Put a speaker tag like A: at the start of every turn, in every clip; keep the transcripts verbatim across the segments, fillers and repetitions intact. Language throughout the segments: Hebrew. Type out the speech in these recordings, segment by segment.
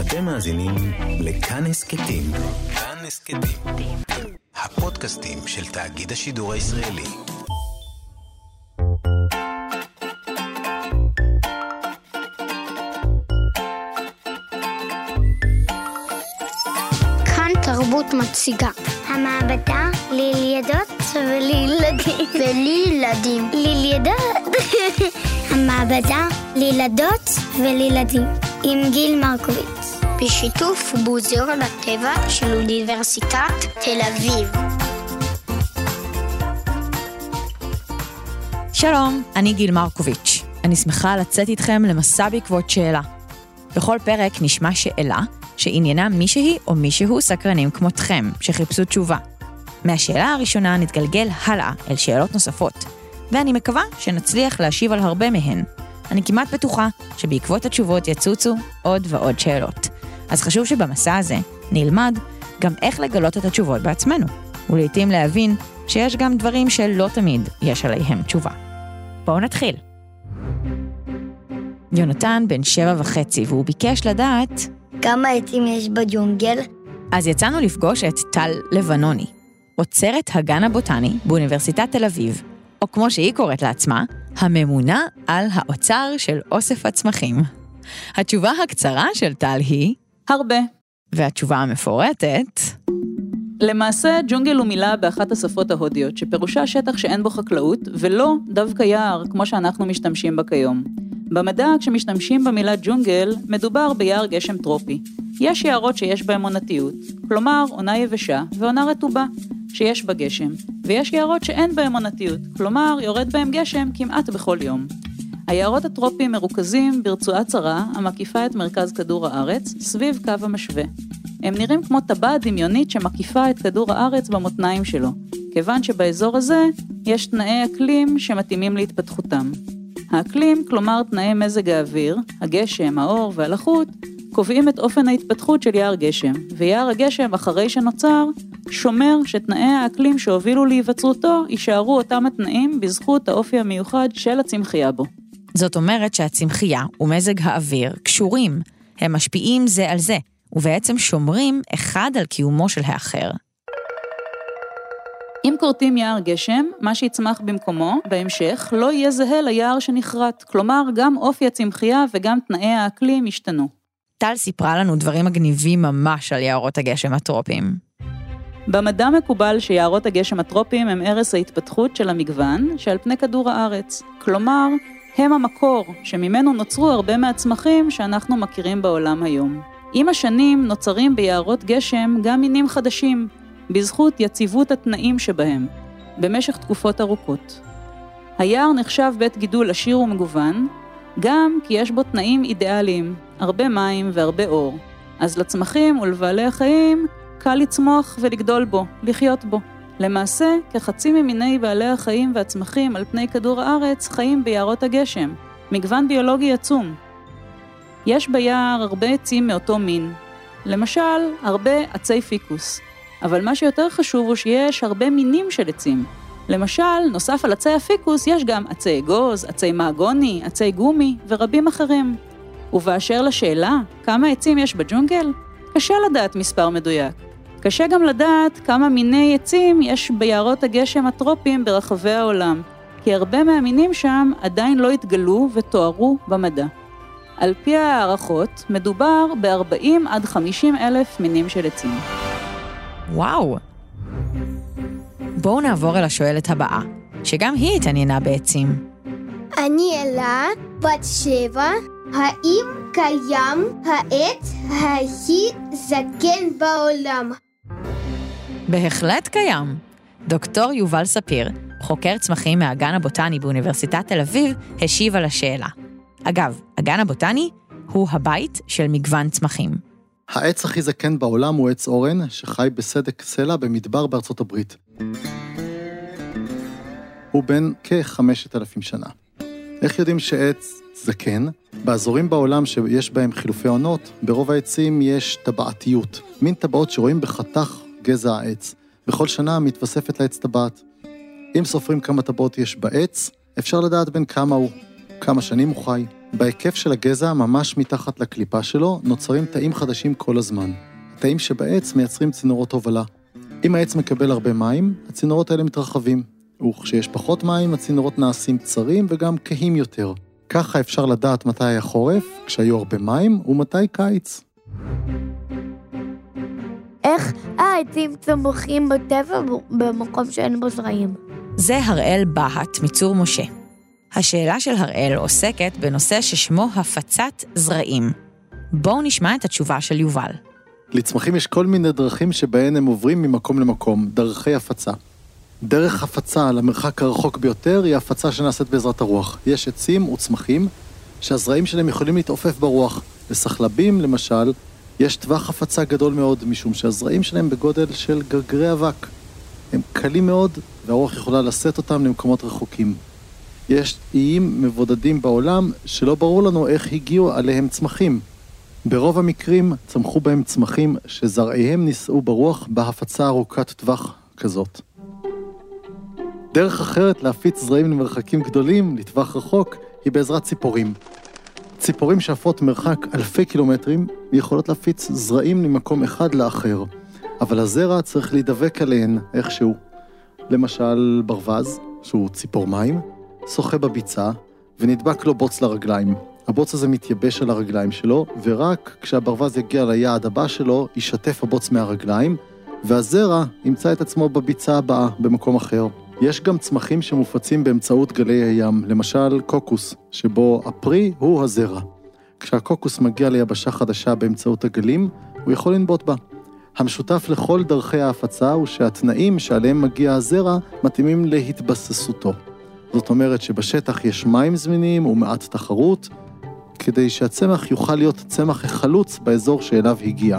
A: אתם מאזינים לכאן הסקטים. כאן הסקטים. הפודקאסטים של תאגיד השידור הישראלי.
B: כאן תרבות מציגה. המעבדה לילדות ולילדים. ולילדים. לילדות. המעבדה לילדות ולילדים. עם גיל מרקוביץ. בשיתוף מוזיאון הטבע של אוניברסיטת תל אביב.
C: שלום, אני גיל מרקוביץ. אני שמחה לצאת איתכם למסע בעקבות שאלה. בכל פרק נשמע שאלה שעניינה מישהי או מישהו סקרנים כמותכם, שחיפשו תשובה. מהשאלה הראשונה נתגלגל הלאה אל שאלות נוספות, ואני מקווה שנצליח להשיב על הרבה מהן. אני כמעט בטוחה שבעקבות התשובות יצוצו עוד ועוד שאלות. אז חשוב שבמסע הזה נלמד גם איך לגלות את התשובות בעצמנו, ולעיתים להבין שיש גם דברים שלא תמיד יש עליהם תשובה. בואו נתחיל. יונתן בן שבע וחצי, והוא ביקש לדעת
B: כמה עצים יש בג'ונגל?
C: אז יצאנו לפגוש את טל לבנוני, עוצרת הגן הבוטני באוניברסיטת תל אביב, או כמו שהיא קוראת לעצמה, הממונה על האוצר של אוסף הצמחים. התשובה הקצרה של טל היא
D: הרבה.
C: והתשובה המפורטת,
D: למעשה ג'ונגל הוא מילה באחת השפות ההודיות, שפירושה שטח שאין בו חקלאות, ולא דווקא יער כמו שאנחנו משתמשים בה כיום. במדע, כשמשתמשים במילה ג'ונגל, מדובר ביער גשם טרופי. יש יערות שיש בהם עונתיות, כלומר עונה יבשה ועונה רטובה, שיש בה גשם, ויש יערות שאין בהם עונתיות, כלומר יורד בהם גשם כמעט בכל יום. היערות הטרופיים מרוכזים ברצועה צרה המקיפה את מרכז כדור הארץ סביב קו המשווה. הם נראים כמו טבעת דמיונית שמקיפה את כדור הארץ במותניים שלו, כיוון שבאזור הזה יש תנאי אקלים שמתאימים להתפתחותם. האקלים, כלומר תנאי מזג האוויר, הגשם, האור והלחות, קובעים את אופן ההתפתחות של יער גשם, ויער הגשם אחרי שנוצר, שומר שתנאי האקלים שהובילו להיווצרותו יישארו אותם התנאים בזכות האופי המיוחד של הצמחייה בו.
C: זאת אומרת שהצמחייה ומזג האוויר קשורים, הם משפיעים זה על זה, ובעצם שומרים אחד על קיומו של האחר.
D: אם קורטים יער גשם, מה שיצמח במקומו, בהמשך, לא יהיה זהה ליער שנחרט, כלומר גם אופי הצמחייה וגם תנאי האקלים ישתנו.
C: טל סיפרה לנו דברים מגניבים ממש על יערות הגשם הטרופיים.
D: במדע מקובל שיערות הגשם הטרופיים הם ערש ההתפתחות של המגוון שעל פני כדור הארץ, כלומר הם המקור שממנו נוצרו הרבה מהצמחים שאנחנו מכירים בעולם היום. עם השנים נוצרים ביערות גשם גם מינים חדשים, בזכות יציבות התנאים שבהם, במשך תקופות ארוכות. היער נחשב בית גידול עשיר ומגוון, גם כי יש בו תנאים אידיאליים, הרבה מים והרבה אור. אז לצמחים ולבעלי החיים קל לצמוח ולגדול בו, לחיות בו. למעשה, כחצי ממיני בעלי החיים והצמחים על פני כדור הארץ חיים ביערות הגשם, מגוון ביולוגי עצום. יש ביער הרבה עצים מאותו מין, למשל, הרבה עצי פיקוס. אבל מה שיותר חשוב הוא שיש הרבה מינים של עצים. למשל, נוסף על עצי הפיקוס יש גם עצי אגוז, עצי מאגוני, עצי גומי ורבים אחרים. ובאשר לשאלה, כמה עצים יש בג'ונגל? קשה לדעת מספר מדויק. קשה גם לדעת כמה מיני עצים יש ביערות הגשם הטרופיים ברחבי העולם, כי הרבה מהמינים שם עדיין לא התגלו ותוארו במדע. על פי הערכות, מדובר ב-ארבעים עד חמישים אלף מינים של עצים.
C: וואו! בואו נעבור אל השואלת הבאה, שגם היא התעניינה בעצים.
B: אני אלה, בת שבע. האם קיים העץ הכי זקן בעולם?
C: בהחלט קיים. דוקטור יובל ספיר, חוקר צמחים מהגן הבוטני באוניברסיטת תל אביב, השיב על השאלה. אגב, הגן הבוטני הוא הבית של מגוון צמחים.
E: העץ הכי זקן בעולם הוא עץ אורן, שחי בסדק סלע במדבר בארצות הברית. הוא בן כ-חמשת אלפים שנה. איך יודעים שעץ זקן? באזורים בעולם שיש בהם חילופי עונות, ברוב העצים יש טבעתיות, מין טבעות שרואים בחתך גזע העץ. בכל שנה מתווספת לעץ טבעת. אם סופרים כמה טבעות יש בעץ, אפשר לדעת בין כמה הוא, כמה שנים הוא חי, בהיקף של הגזע, ממש מתחת לקליפה שלו, נוצרים תאים חדשים כל הזמן. התאים שבעץ מייצרים צינורות הובלה. אם העץ מקבל הרבה מים, הצינורות האלה מתרחבים. וכשיש פחות מים, הצינורות נעשים צרים וגם כהים יותר. ככה אפשר לדעת מתי היה חורף, כשהיו הרבה מים, ומתי קיץ.
B: איך העצים צומחים בטבע במקום שאין בו זרעים?
C: זה הראל בהט מצור משה. השאלה של הראל עוסקת בנושא ששמו הפצת זרעים. בואו נשמע את התשובה של יובל.
E: לצמחים יש כל מיני דרכים שבהן הם עוברים ממקום למקום, דרכי הפצה. דרך הפצה למרחק הרחוק ביותר היא הפצה שנעשית בעזרת הרוח. יש עצים וצמחים שהזרעים שלהם יכולים להתעופף ברוח. לסחלבים, למשל, יש טווח הפצה גדול מאוד, משום שהזרעים שלהם בגודל של גרגרי אבק. הם קלים מאוד, והרוח יכולה לשאת אותם למקומות רחוקים. יש איים מבודדים בעולם שלא ברור לנו איך הגיעו עליהם צמחים. ברוב המקרים צמחו בהם צמחים שזרעיהם נישאו ברוח בהפצה ארוכת טווח כזאת. דרך אחרת להפיץ זרעים למרחקים גדולים, לטווח רחוק, היא בעזרת ציפורים. ציפורים שעפות מרחק אלפי קילומטרים יכולות להפיץ זרעים ממקום אחד לאחר, אבל הזרע צריך להידבק עליהן איכשהו. למשל ברווז, שהוא ציפור מים, שוחה בביצה ונדבק לו בוץ לרגליים. הבוץ הזה מתייבש על הרגליים שלו, ורק כשהברווז יגיע ליעד הבא שלו, ישתף הבוץ מהרגליים, והזרע ימצא את עצמו בביצה הבאה במקום אחר. יש גם צמחים שמופצים באמצעות גלי הים, למשל קוקוס, שבו הפרי הוא הזרע. כשהקוקוס מגיע ליבשה חדשה באמצעות הגלים, הוא יכול לנבוט בה. המשותף לכל דרכי ההפצה הוא שהתנאים שעליהם מגיע הזרע מתאימים להתבססותו. זאת אומרת שבשטח יש מים זמינים ומעט תחרות, כדי שהצמח יוכל להיות צמח החלוץ באזור שאליו הגיע.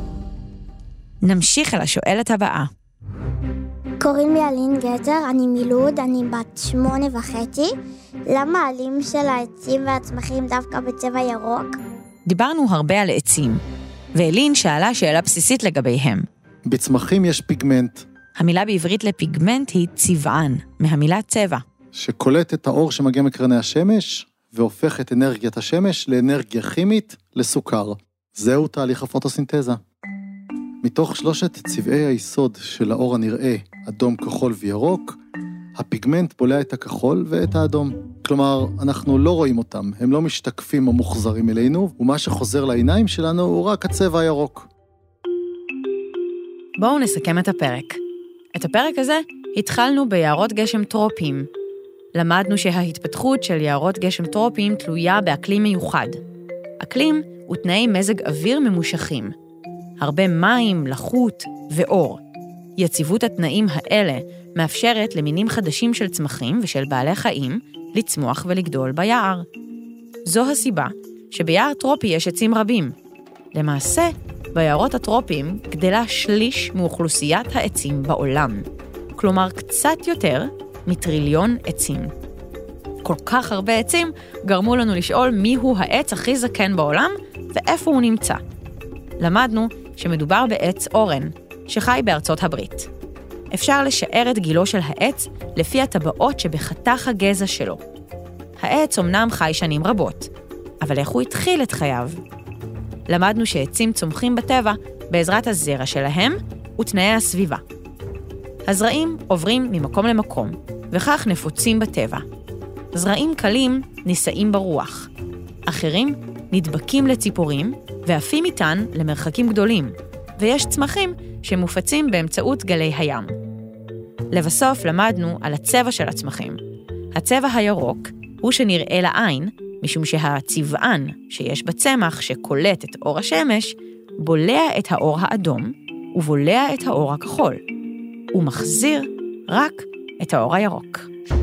C: נמשיך אל השואלת הבאה.
B: קוראים לי אלין גזר, אני מלוד, אני בת שמונה וחצי. למה העלים של העצים והצמחים דווקא בצבע ירוק?
C: דיברנו הרבה על עצים, ואלין שאלה שאלה בסיסית לגביהם.
E: בצמחים יש פיגמנט.
C: המילה בעברית לפיגמנט היא צבען, מהמילה צבע.
E: שקולט את האור שמגיע מקרני השמש, והופך את אנרגיית השמש לאנרגיה כימית לסוכר. זהו תהליך הפוטוסינתזה. מתוך שלושת צבעי היסוד של האור הנראה, אדום, כחול וירוק, הפיגמנט בולע את הכחול ואת האדום. כלומר, אנחנו לא רואים אותם, הם לא משתקפים או מוחזרים אלינו, ומה שחוזר לעיניים שלנו הוא רק הצבע הירוק.
C: בואו נסכם את הפרק. את הפרק הזה התחלנו ביערות גשם טרופיים. למדנו שההתפתחות של יערות גשם טרופיים תלויה באקלים מיוחד. אקלים הוא תנאי מזג אוויר ממושכים. הרבה מים, לחות ואור. יציבות התנאים האלה מאפשרת למינים חדשים של צמחים ושל בעלי חיים לצמוח ולגדול ביער. זו הסיבה שביער טרופי יש עצים רבים. למעשה, ביערות הטרופיים גדלה שליש מאוכלוסיית העצים בעולם. כלומר, קצת יותר מטריליון עצים. כל כך הרבה עצים גרמו לנו לשאול מיהו העץ הכי זקן בעולם ואיפה הוא נמצא. למדנו שמדובר בעץ אורן, שחי בארצות הברית. אפשר לשער את גילו של העץ לפי הטבעות שבחתך הגזע שלו. העץ אומנם חי שנים רבות, אבל איך הוא התחיל את חייו? למדנו שעצים צומחים בטבע בעזרת הזרע שלהם ותנאי הסביבה. הזרעים עוברים ממקום למקום, וכך נפוצים בטבע. זרעים קלים נישאים ברוח. אחרים נדבקים לציפורים, ועפים איתן למרחקים גדולים, ויש צמחים שמופצים באמצעות גלי הים. לבסוף למדנו על הצבע של הצמחים. הצבע הירוק הוא שנראה לעין, משום שהצבען שיש בצמח שקולט את אור השמש, בולע את האור האדום ובולע את האור הכחול. הוא מחזיר רק את האור הירוק.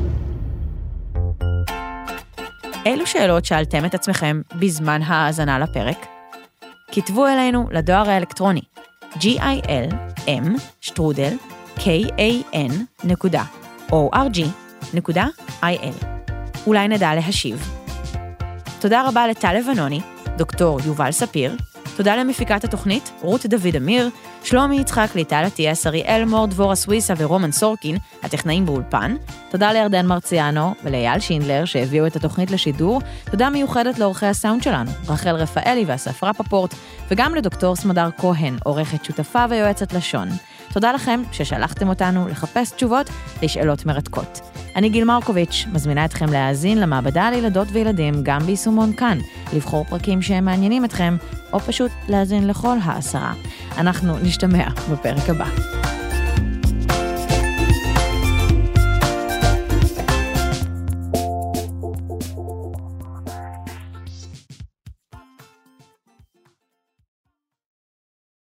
C: אילו שאלות שאלתם את עצמכם בזמן האזנה לפרק? כתבו אלינו לדואר האלקטרוני ג'יל אם שטרודל קן נקודה אורג נקודה איי אל. אולי נדע להשיב. תודה רבה לטל לבנוני, דוקטור יובל ספיר, תודה למפיקת התוכנית, רות דוד אמיר, שלומי יצחק, ליטל עטייס, אריאל מור, דבורה סוויסה ורומן סורקין, הטכנאים באולפן. תודה לירדן מרציאנו ולאייל שינדלר שהביאו את התוכנית לשידור. תודה מיוחדת לאורחי הסאונד שלנו, רחל רפאלי ואסף רפפורט, וגם לדוקטור סמדר כהן, עורכת שותפה ויועצת לשון. תודה לכם ששלחתם אותנו לחפש תשובות לשאלות מרתקות. אני גיל מרקוביץ', מזמינה אתכם להאזין למעבדה לילדות וילדים גם ביישומון כאן, לבחור פרקים שהם מעניינים אתכם, או פשוט להאזין לכל העשרה. אנחנו נשתמע בפרק הבא.